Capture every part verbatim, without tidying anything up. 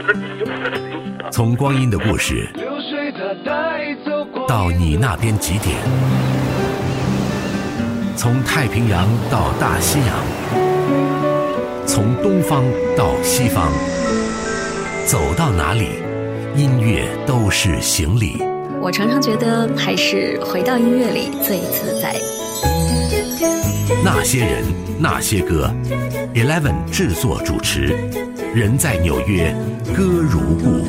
从光阴的故事到你那边几点，从太平洋到大西洋，从东方到西方，走到哪里，音乐都是行李。 我常常觉得还是回到音乐里最自在。 那些人，那些歌 Eleven 制作主持，人在纽约，歌如故。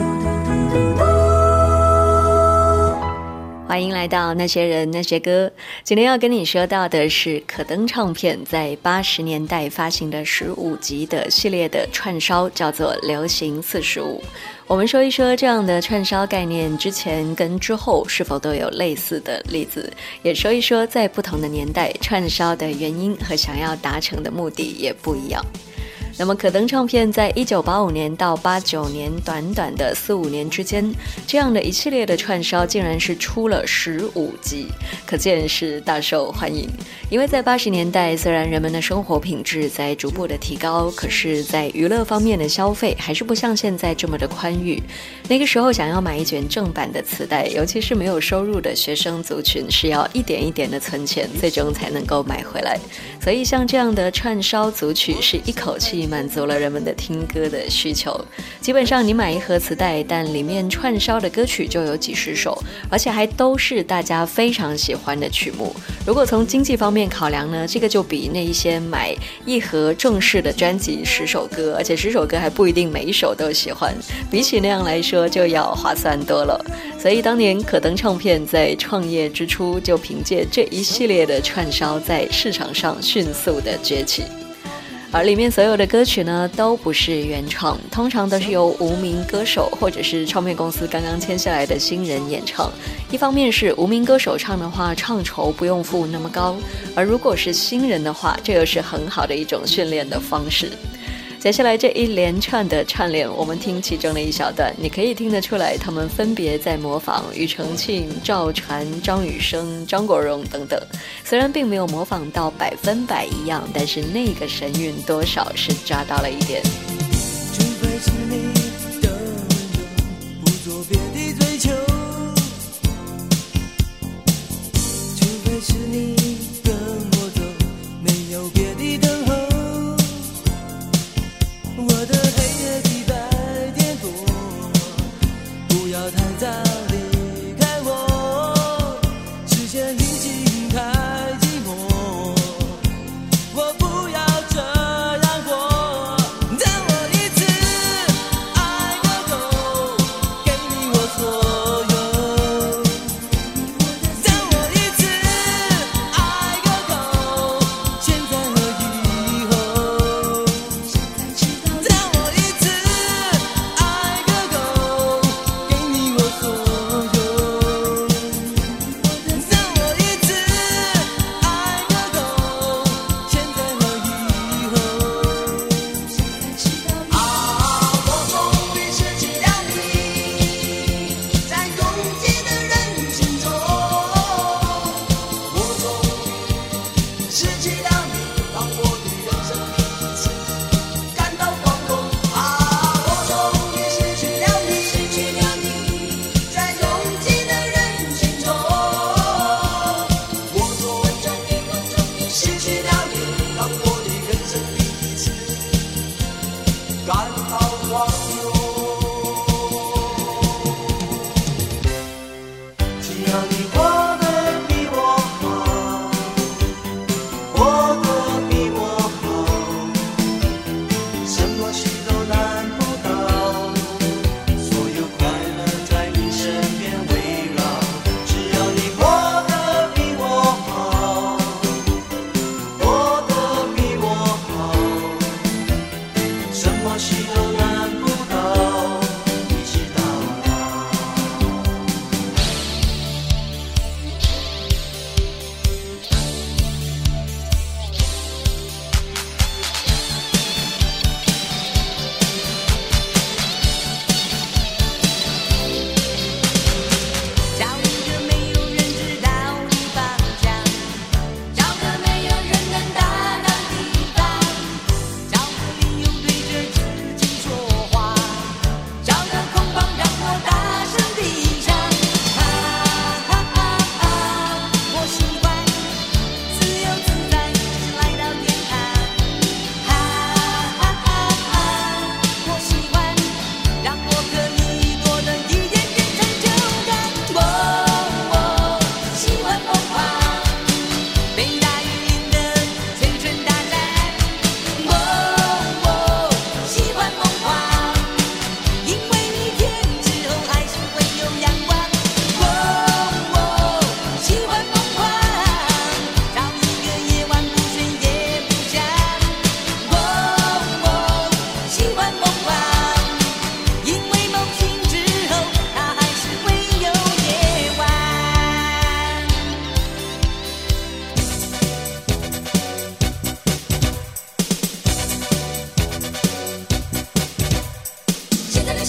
欢迎来到那些人那些歌。今天要跟你说到的是可登唱片在八十年代发行的十五集的系列的串烧，叫做流行四十五。我们说一说这样的串烧概念之前跟之后是否都有类似的例子，也说一说在不同的年代串烧的原因和想要达成的目的也不一样。那么可登唱片在一九八五年到八九年短短的四五年之间，这样的一系列的串烧竟然是出了十五集，可见是大受欢迎。因为在八十年代，虽然人们的生活品质在逐步的提高，可是在娱乐方面的消费还是不像现在这么的宽裕。那个时候想要买一卷正版的磁带，尤其是没有收入的学生族群，是要一点一点的存钱，最终才能够买回来。所以像这样的串烧组曲是一口气满足了人们的听歌的需求。基本上你买一盒磁带，但里面串烧的歌曲就有几十首，而且还都是大家非常喜欢的曲目。如果从经济方面考量呢，这个就比那一些买一盒正式的专辑十首歌，而且十首歌还不一定每一首都喜欢，比起那样来说就要划算多了。所以当年可登唱片在创业之初就凭借这一系列的串烧在市场上迅速的崛起。而里面所有的歌曲呢都不是原创，通常都是由无名歌手或者是唱片公司刚刚签下来的新人演唱。一方面是无名歌手唱的话，唱酬不用付那么高，而如果是新人的话，这又是很好的一种训练的方式。接下来这一连串的串联，我们听其中的一小段，你可以听得出来他们分别在模仿庾澄庆、赵传、张雨生、张国荣等等。虽然并没有模仿到百分百一样，但是那个神韵多少是抓到了一点。 除非是你的温柔，不做别的追求，除非是你跟我走，没有别的等候，我的黑夜比白天多，不要太早离开我，视线已经太寂寞，我不要这样过，让我一次爱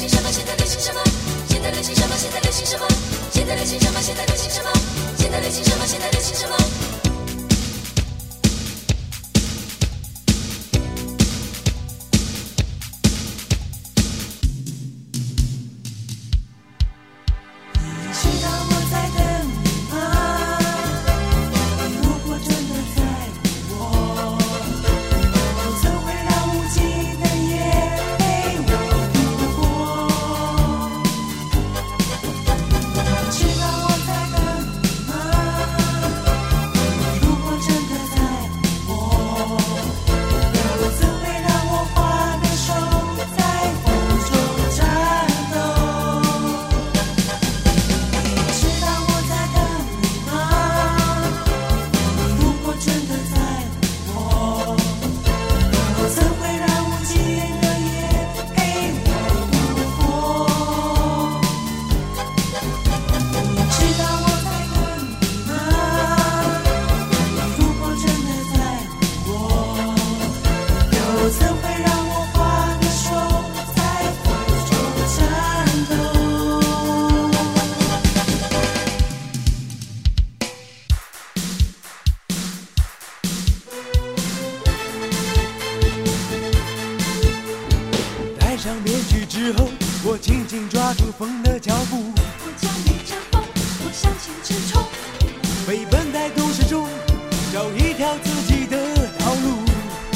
行什么？现在流行什么？现在流行什么？现在流行什么？现在流行什么？现在流行什么？现在流行什么？现在流行什么？ 上面具之后，我紧紧抓住风的脚步， 我将逆着风，我向前直冲， 飞奔在都市中，找一条自己的道路。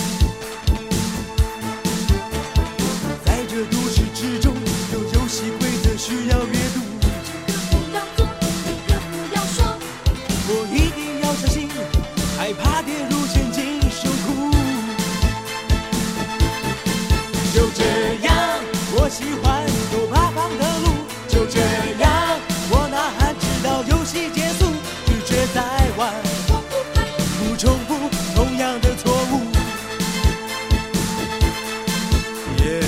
在这都市之中，有游戏规则需要阅读， 这个不要做，那个不要说， 我一定要小心，害怕跌入陷阱受苦。就这样，我喜欢走八方的路。就这样，我呐喊直到游戏结束，拒绝再玩， 我不怕， 不重复同样的错误。Yeah.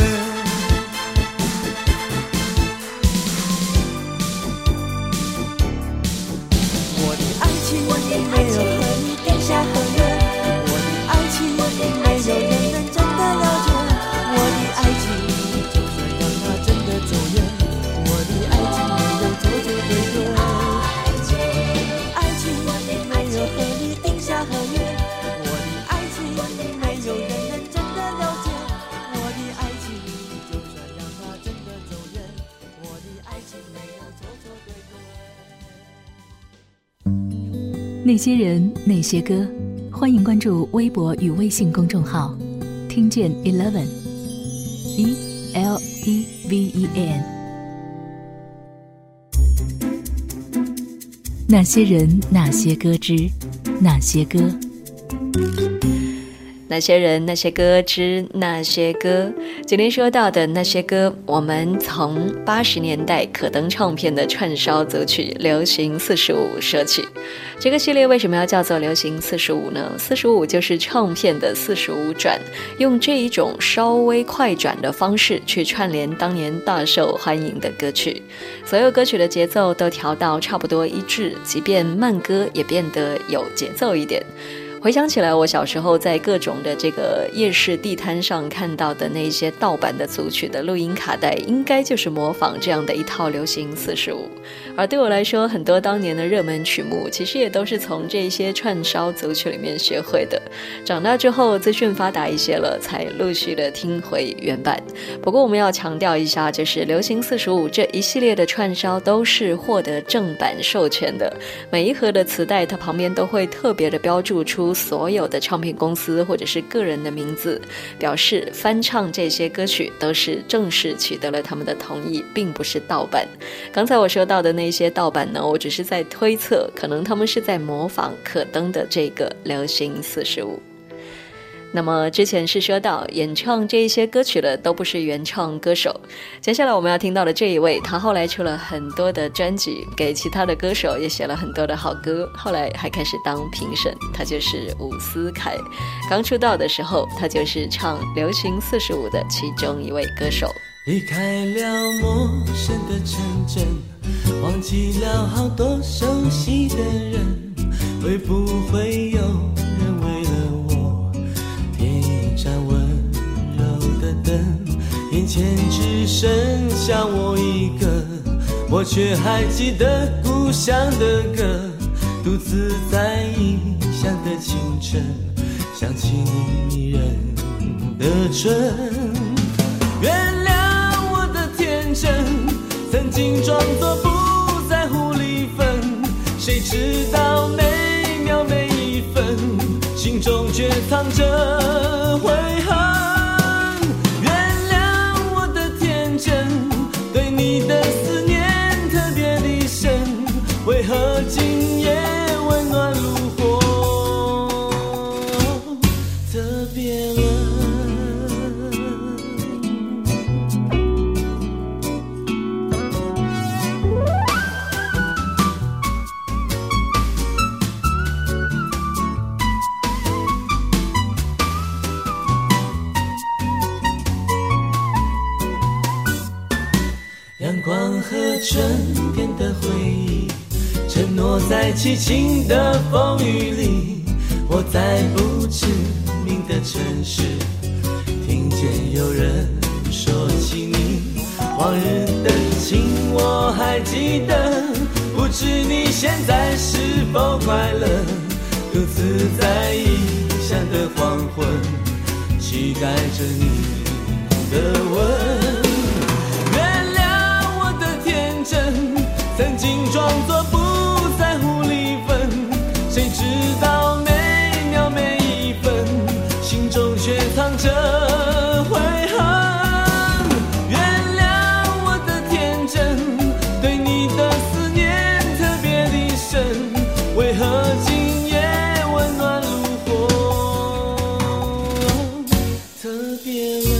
我的爱情没有和你定下合约，我的爱情没有人能真的了解。我的爱情，就算让它真的走远，我的爱情没有错错对对。爱情没有和你定下合约，我的爱情没有人能真的了解。我的爱情，就算让它真的走远，我的爱情没有错错对对。 那些人，那些歌，欢迎关注微博与微信公众号，听见 eleven。E L E V E N 那些人那些歌之那些歌， 那些人那些歌之那些歌。今天说到的那些歌，我们从八十年代可登唱片的串烧组曲流行四十五说起。这个系列为什么要叫做流行四十五呢？四十五就是唱片的四十五转，用这一种稍微快转的方式去串联当年大受欢迎的歌曲，所有歌曲的节奏都调到差不多一致，即便慢歌也变得有节奏一点。回想起来，我小时候在各种的这个夜市地摊上看到的那些盗版的组曲的录音卡带，应该就是模仿这样的一套流行四十五。而对我来说，很多当年的热门曲目其实也都是从这些串烧组曲里面学会的。长大之后资讯发达一些了，才陆续的听回原版。不过我们要强调一下，就是流行四十五这一系列的串烧都是获得正版授权的，每一盒的磁带它旁边都会特别的标注出所有的唱片公司或者是个人的名字，表示翻唱这些歌曲都是正式取得了他们的同意，并不是盗版。刚才我说到的那些盗版呢，我只是在推测，可能他们是在模仿可登的这个流行四十五。那么之前是说到演唱这一些歌曲的都不是原唱歌手，接下来我们要听到的这一位，他后来出了很多的专辑，给其他的歌手也写了很多的好歌，后来还开始当评审，他就是伍思凯。刚出道的时候，他就是唱流行四十五的其中一位歌手。 离开了陌生的城镇，忘记了好多熟悉的人，会不会有人为了我点一盏温柔的灯，眼前只剩下我一个，我却还记得故乡的歌，独自在异乡的清晨，想起你迷人的唇。原谅我的天真，曾经装作不在乎离分，谁知道每秒每一分，心中却藏着悔恨。原谅我的天真，对你的思念特别的深，为何今夜温暖如火，特别冷。阳光和春天的回忆，承诺在凄清的风雨里，我在不知名的城市，听见有人说起你，往日的情我还记得，不知你现在是否快乐，独自在异乡的黄昏，期待着你的吻。曾经装作不在乎离分，谁知道每秒每一分，心中却藏着悔恨。原谅我的天真，对你的思念特别的深，为何今夜温暖如火，特别冷。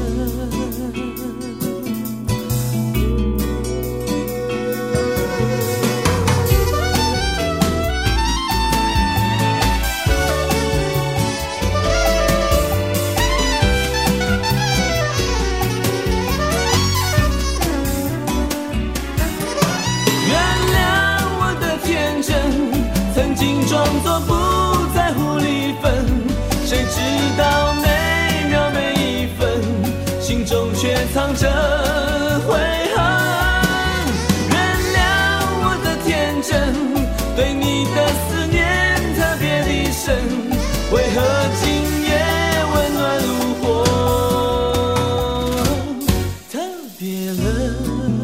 装作不在乎离分，谁知道每秒每一分，心中却藏着悔恨。原谅我的天真，对你的思念特别的深，为何今夜温暖如火，特别冷。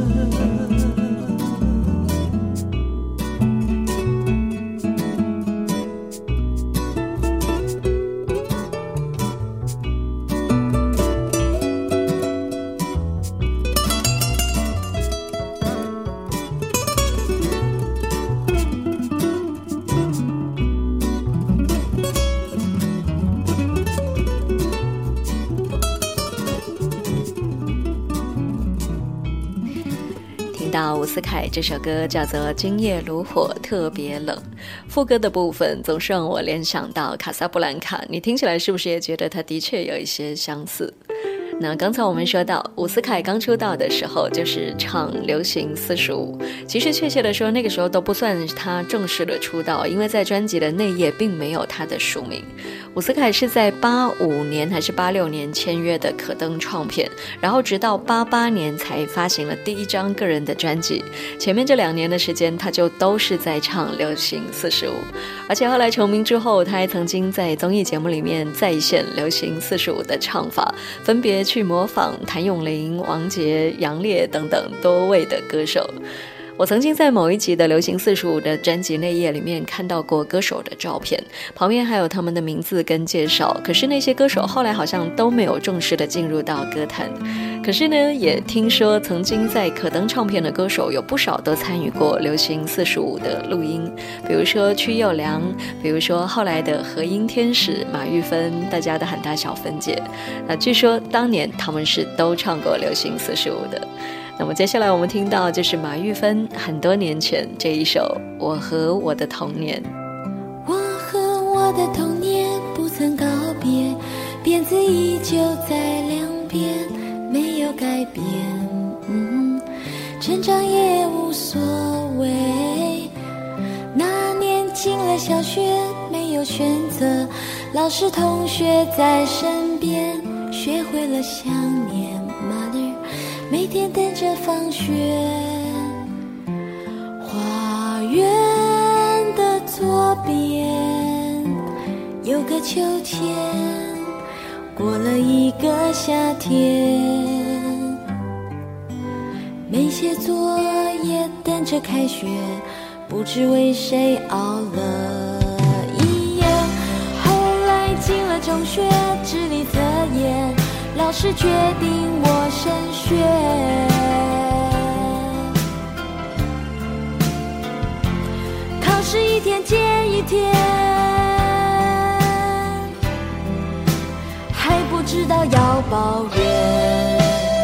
伍思凯这首歌叫做《今夜如火特别冷》，副歌的部分总是让我联想到卡萨布兰卡，你听起来是不是也觉得它的确有一些相似？那刚才我们说到伍思凯刚出道的时候就是唱流行四十五，其实确切的说那个时候都不算他正式的出道，因为在专辑的内页并没有他的署名。伍思凯是在八五年还是八六年签约的可登唱片，然后直到八八年才发行了第一张个人的专辑，前面这两年的时间他就都是在唱流行四十五，而且后来成名之后他还曾经在综艺节目里面再现流行四十五的唱法，分别去模仿谭咏麟、王杰、杨烈等等多位的歌手。我曾经在某一集的流行四十五的专辑内页里面看到过歌手的照片，旁边还有他们的名字跟介绍，可是那些歌手后来好像都没有正式的进入到歌坛。可是呢，也听说曾经在可登唱片的歌手有不少都参与过流行四十五的录音，比如说曲友良，比如说后来的和音天使马玉芬，大家都喊她小芬姐。那据说当年他们是都唱过流行四十五的。那么接下来我们听到就是马玉芬很多年前这一首《我和我的童年》。 我和我的童年不曾告别，辫子依旧在两边，没有改变，嗯，成长也无所谓。那年进了小学，没有选择，老师同学在身边，学会了想念 mother。每每天等着放学。花园的左边有个秋天，过了一个夏天，没写作业等着开学，不知为谁熬了一夜。后来进了中学，智力测验，老师决定我升学。考试一天接一天，还不知道要抱怨。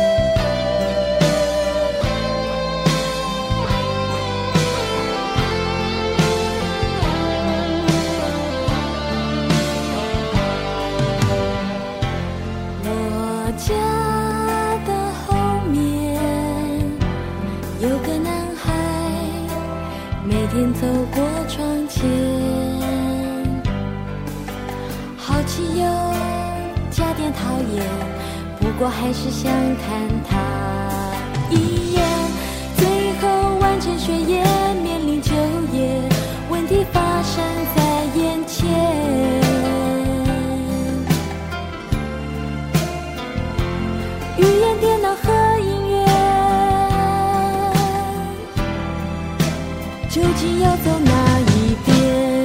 我家的后面有个男孩，每天走过窗前，好奇又加点讨厌，不过还是想看他一眼。最后完成学业，面临就业，问题发生在眼前。语言、电脑和音乐，究竟要走哪一边？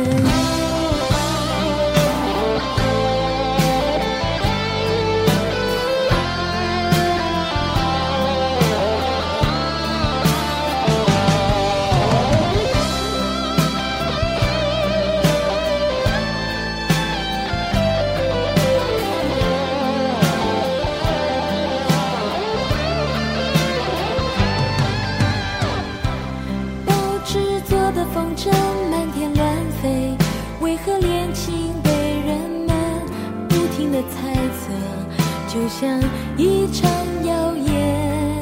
风筝满天乱飞，为何恋情被人们不停地猜测，就像一场谣言。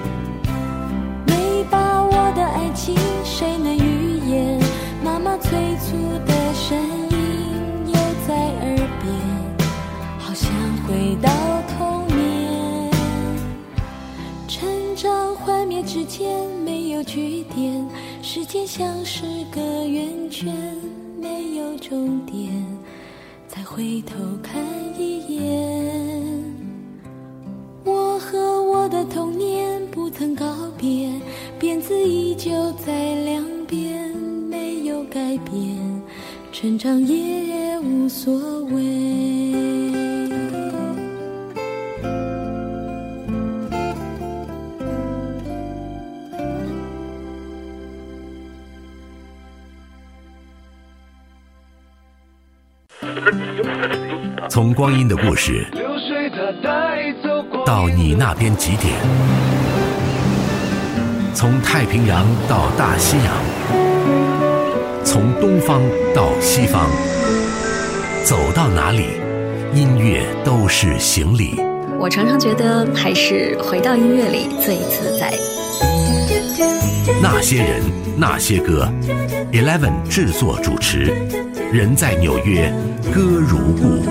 没把握的爱情谁能预言？妈妈催促的声音又在耳边，好像回到童年。成长幻灭之间没有句点，时间像是个圆圈，没有终点，再回头看一眼。我和我的童年不曾告别，辫子依旧在两边，没有改变，成长也无所谓。 从光阴的故事到你那边几点，从太平洋到大西洋，从东方到西方，走到哪里，音乐都是行李。 我常常觉得还是回到音乐里最自在。 那些人，那些歌 Eleven 制作主持，人在纽约，歌如故。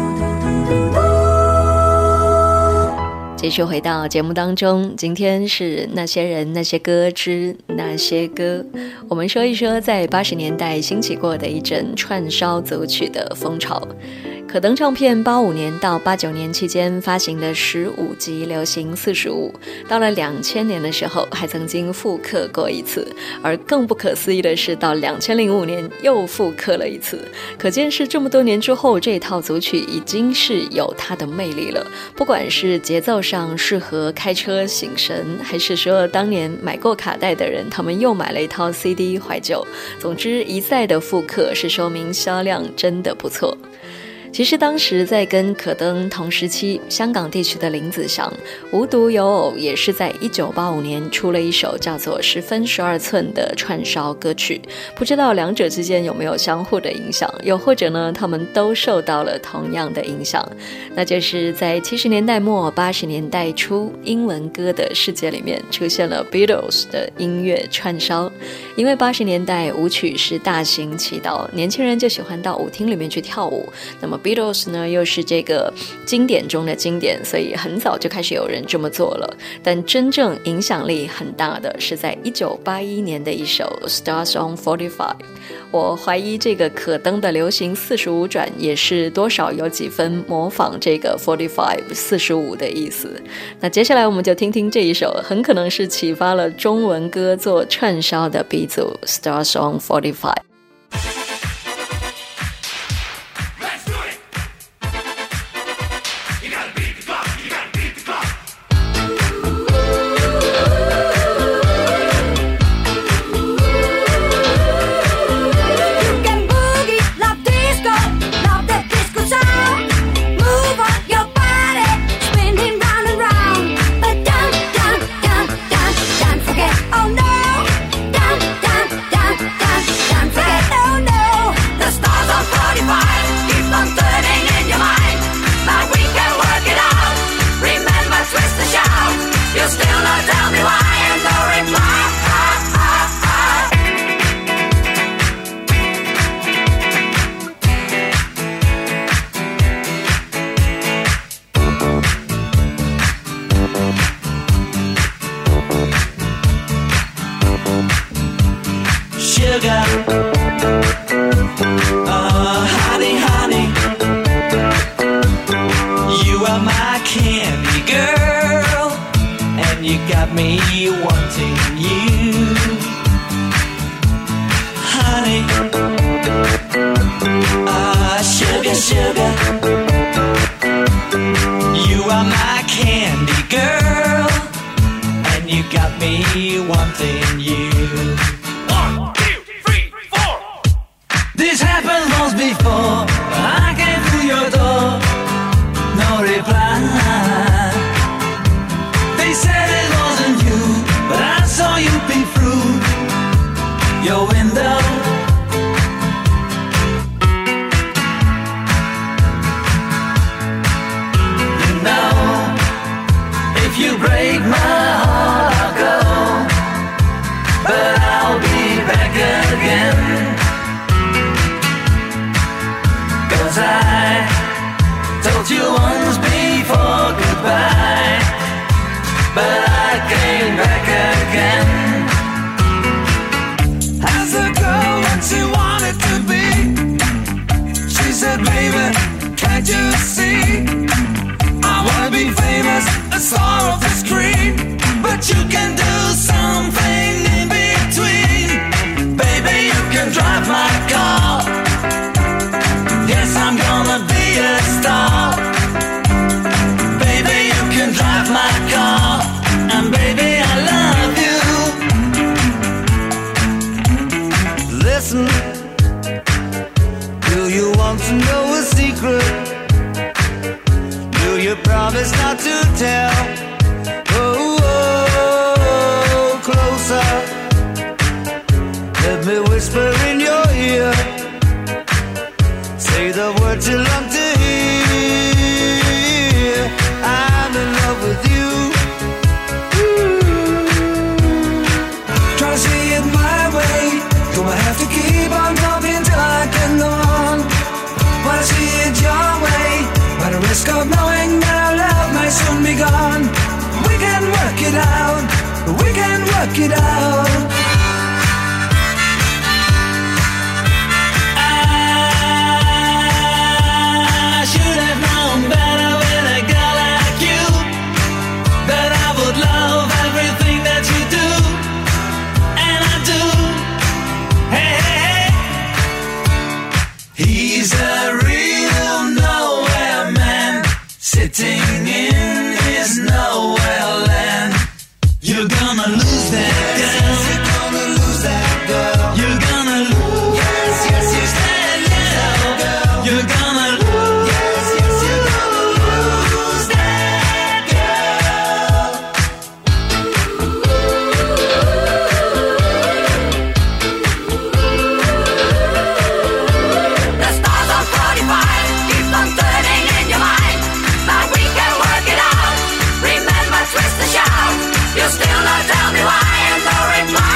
继续回到节目当中，今天是那些人那些歌之那些歌，我们说一说在八十年代兴起过的一阵串烧组曲的风潮。可登唱片八五年到八九年期间发行的十五集流行四十五，到了两千年的时候还曾经复刻过一次，而更不可思议的是到两千零五年又复刻了一次，可见是这么多年之后，这套组曲已经是有它的魅力了。不管是节奏上适合开车醒神，还是说当年买过卡带的人他们又买了一套 C D 怀旧，总之一再的复刻是说明销量真的不错。其实当时在跟可登同时期，香港地区的林子祥无独有偶也是在一九八五年出了一首叫做十分十二寸的串烧歌曲，不知道两者之间有没有相互的影响，又或者呢他们都受到了同样的影响，那就是在七十年代末八十年代初英文歌的世界里面出现了 Beatles 的音乐串烧。因为八十年代舞曲是大行其道，年轻人就喜欢到舞厅里面去跳舞，那么 Beatles 呢又是这个经典中的经典，所以很早就开始有人这么做了。但真正影响力很大的是在一九八一年的一首 Stars on forty-five。 我怀疑这个可登的流行四十五转也是多少有几分模仿这个 forty-five 四十五的意思。那接下来我们就听听这一首很可能是启发了中文歌做串烧的鼻祖 Stars on forty-five。 You still not tell me why, and no reply.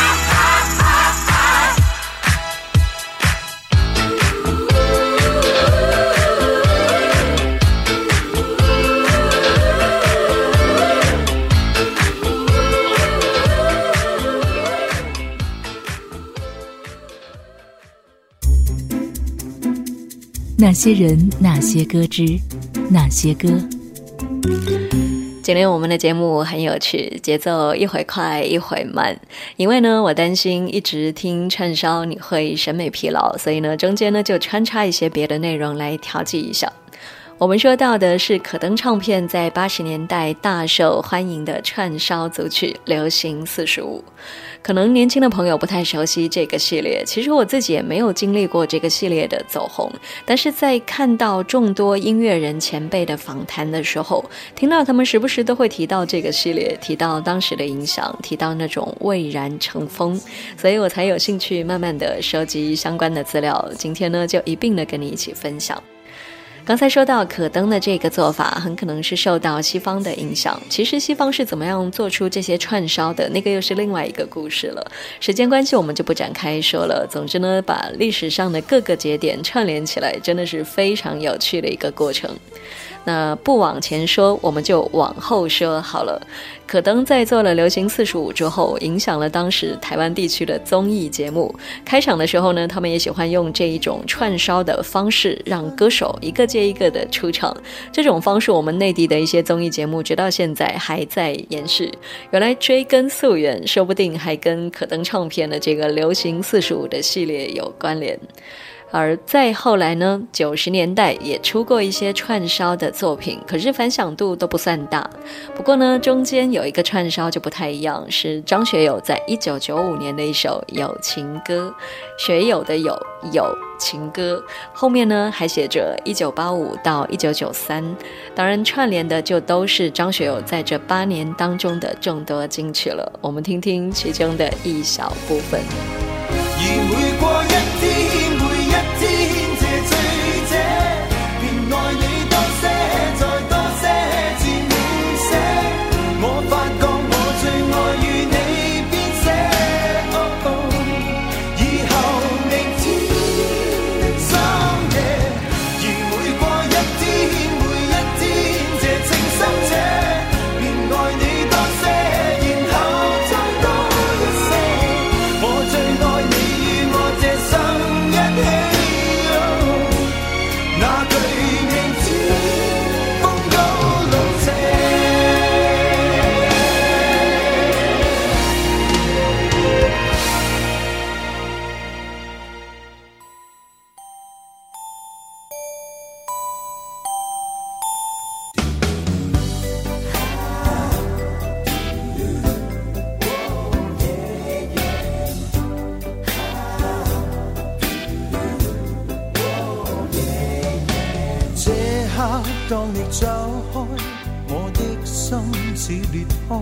那些人，那些歌之那些歌。 今天我们的节目很有趣，节奏一会快一会慢，因为呢我担心一直听串烧你会审美疲劳，所以呢中间呢就穿插一些别的内容来调剂一下。我们说到的是可登唱片在八十年代大受欢迎的串烧组曲流行四十五。可能年轻的朋友不太熟悉这个系列，其实我自己也没有经历过这个系列的走红，但是在看到众多音乐人前辈的访谈的时候，听到他们时不时都会提到这个系列，提到当时的影响，提到那种蔚然成风，所以我才有兴趣慢慢的收集相关的资料，今天呢就一并的跟你一起分享。刚才说到可登的这个做法很可能是受到西方的影响，其实西方是怎么样做出这些串烧的，那个又是另外一个故事了，时间关系我们就不展开说了。总之呢，把历史上的各个节点串联起来，真的是非常有趣的一个过程。那不往前说，我们就往后说好了。可登在做了流行四十五之后，影响了当时台湾地区的综艺节目。开场的时候呢，他们也喜欢用这一种串烧的方式，让歌手一个接一个的出场。这种方式，我们内地的一些综艺节目直到现在还在延续。原来追根溯源，说不定还跟可登唱片的这个流行四十五的系列有关联。而再后来呢，九十年代也出过一些串烧的作品，可是反响度都不算大。不过呢，中间有一个串烧就不太一样，是张学友在一九九五年的一首友情歌，学友的友，友情歌，后面呢还写着一九八五到一九九三，当然串联的就都是张学友在这八年当中的众多金曲了。我们听听其中的一小部分。 而每過一天每一天這醉者，便愛你多些再多些至滿瀉，我發覺我最愛與你編寫、哦哦、以後明天的深夜，而每過一天每一天這情深者，便愛你多些然後再多一些，我最愛你這生一起、哦、那句明天風高路斜，當你走開，我的心似裂開，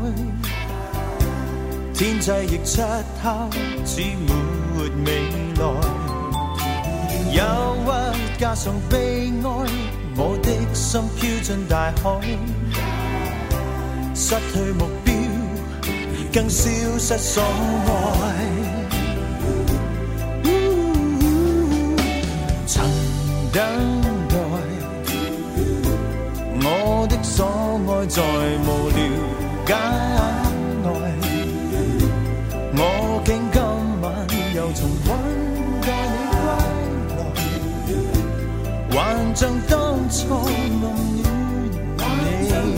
天際亦漆黑，似沒未來，憂鬱加上悲哀，我的心飄進大海，失去目標，更消失所愛。曾等我的所愛在無聊街外，我竟今晚又重溫帶你歸來，還像當初暗戀你，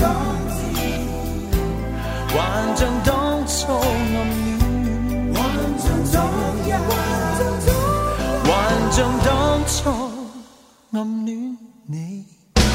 還像當初暗戀，還像當日，還像當初暗戀你。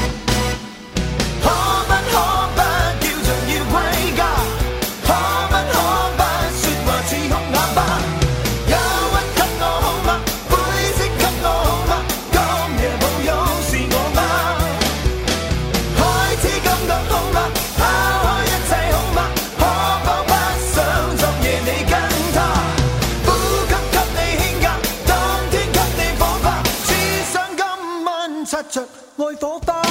愛火花，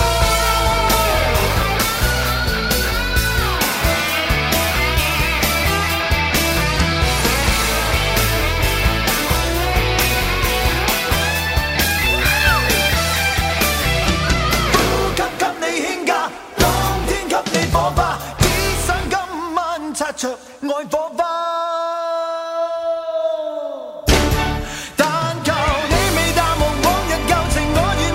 呼吸給你牽掛，當天給你火花，只想今晚擦着愛火花。但求你未淡忘往日舊情，我願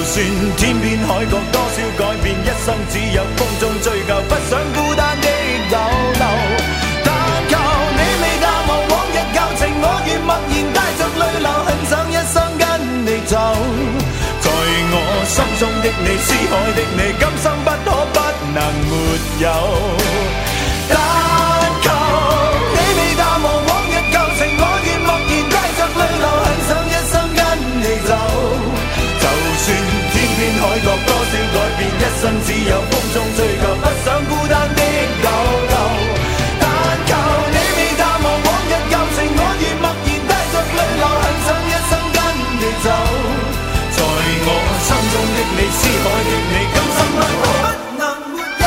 算天边海角多少改變，一生只有風中追究，不想孤單的逗留。但求你未淡忘往日舊情，我願默然帶着淚流，很想一生跟你走。在我心中的你，思海的你，今生不可不能沒有。但求你未淡忘往日舊情，我願默然帶着淚流，很想一生跟你走。就算天邊海角多少改變，一生只有風中追究，不想孤單的逗留。但求你未淡忘往日舊情，我願默然帶着淚流，很想一生跟你走。在我心中的你，思海的你，今生不可不能沒有。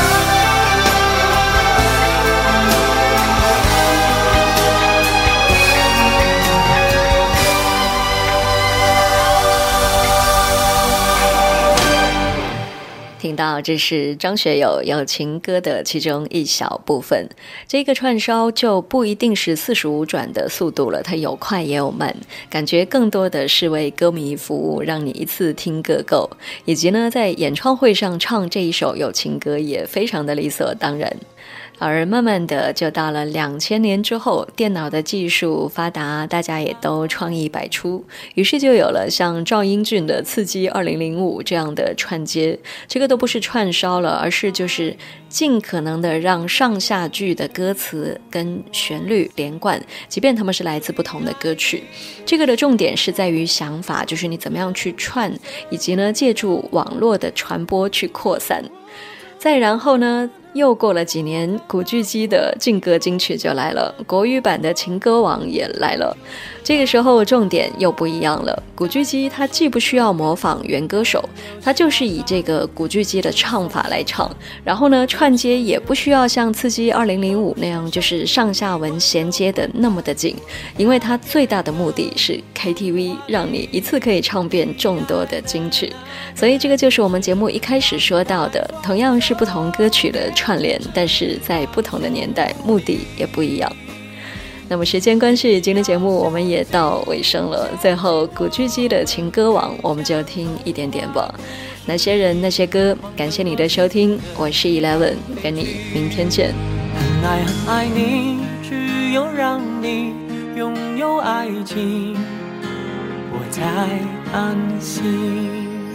听到这是张学友有情歌的其中一小部分，这个串烧就不一定是四十五转的速度了，它有快也有慢，感觉更多的是为歌迷服务，让你一次听个够，以及呢在演唱会上唱这一首有情歌也非常的理所当然。而慢慢的就到了两千年之后，电脑的技术发达，大家也都创意百出，于是就有了像赵英俊的刺激二零零五这样的串接，这个都不是串烧了，而是就是尽可能的让上下句的歌词跟旋律连贯，即便他们是来自不同的歌曲。这个的重点是在于想法，就是你怎么样去串，以及呢借助网络的传播去扩散。再然后呢，又过了几年，古巨基的劲歌金曲就来了，国语版的情歌王也来了。这个时候重点又不一样了，古巨基他既不需要模仿原歌手，他就是以这个古巨基的唱法来唱，然后呢串接也不需要像刺激二零零五那样就是上下文衔接的那么的紧，因为他最大的目的是 K T V， 让你一次可以唱遍众多的金曲。所以这个就是我们节目一开始说到的，同样是不同歌曲的串联，但是在不同的年代目的也不一样。那么时间关系，今天节目我们也到尾声了，最后古巨基的情歌王我们就听一点点吧。那些人那些歌，感谢你的收听，我是 Eleven， 跟你明天见。 很爱很爱你，只有让你拥有爱情，我才安心。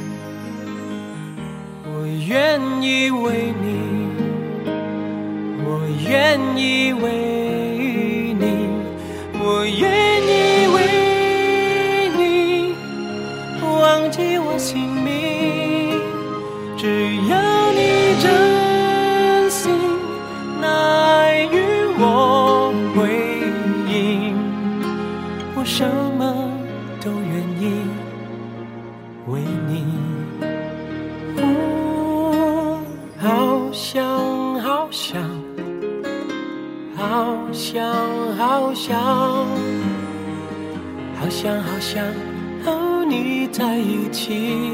我愿意为你，我愿意为你，我愿意为你忘记我姓名，只要你真心那爱与我回应，我什么都愿意为你。好想好想好想好想好想好想和你在一起。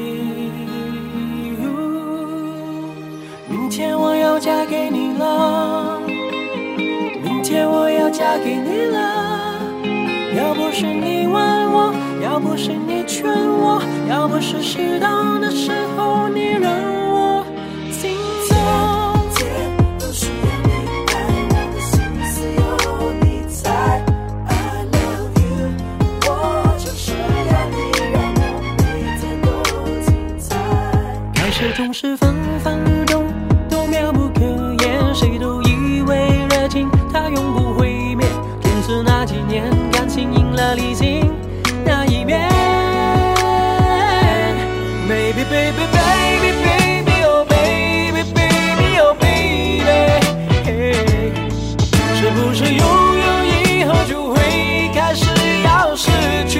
明天我要嫁给你了，明天我要嫁给你了，要不是你问我，要不是你劝我，要不是适当的时候你让我心动。总是纷繁而动，都妙不可言，谁都以为热情它永不会灭，从此那几年感情赢了理性那一面。 Baby baby baby baby oh baby baby oh baby hey, 是不是拥有以后就会开始要失去，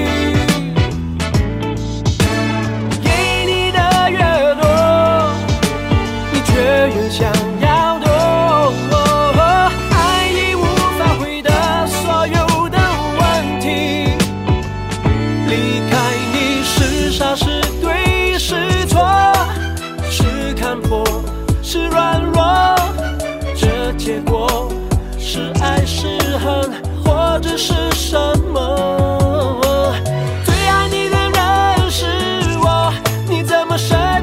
越想要多、哦、爱已无法回答所有的问题，离开你是傻是对是错，是看破是软弱，这结果是爱是恨或者是什么？最爱你的人是我，你怎么舍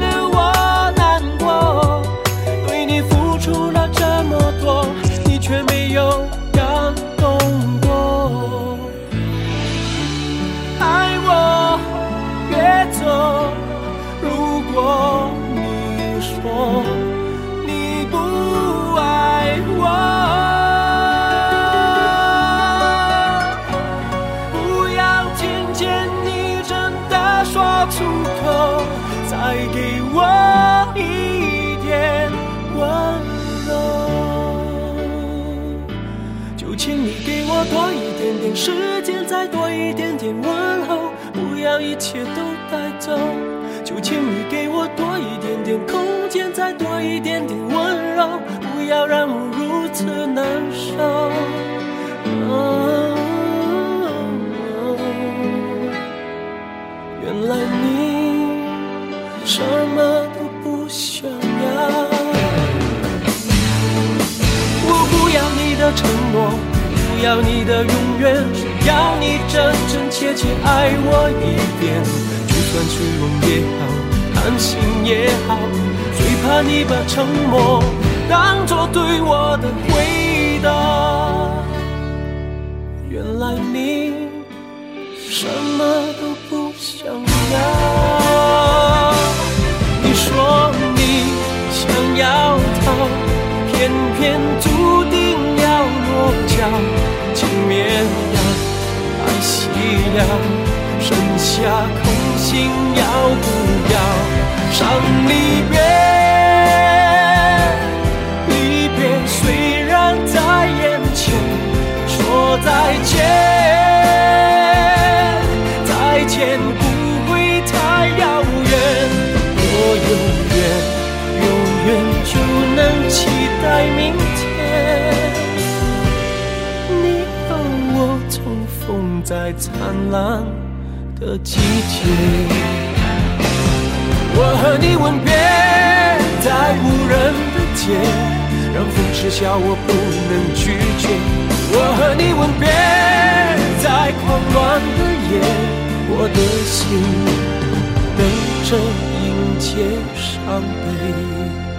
将一切都带走，就请你给我多一点点空间，再多一点点温柔，不要让我如此难受。哦哦、原来你什么都不想要，我不要你的承诺，不要你的永远，只要你真真切切爱我一遍。就算虚荣也好，贪心也好，最怕你把沉默当作对我的回答。原来你什么都不想要，你说你想要逃，偏偏注定要落脚。情绵羊爱惜了，剩下空心要不要伤离别？离别虽然在眼前，说再见，再见不会太遥远。我永远永远就能期待明天，你和我重逢在灿烂的季节。我和你吻别在无人的街，让风痴笑我不能拒绝。我和你吻别在狂乱的夜，我的心等着迎接伤悲。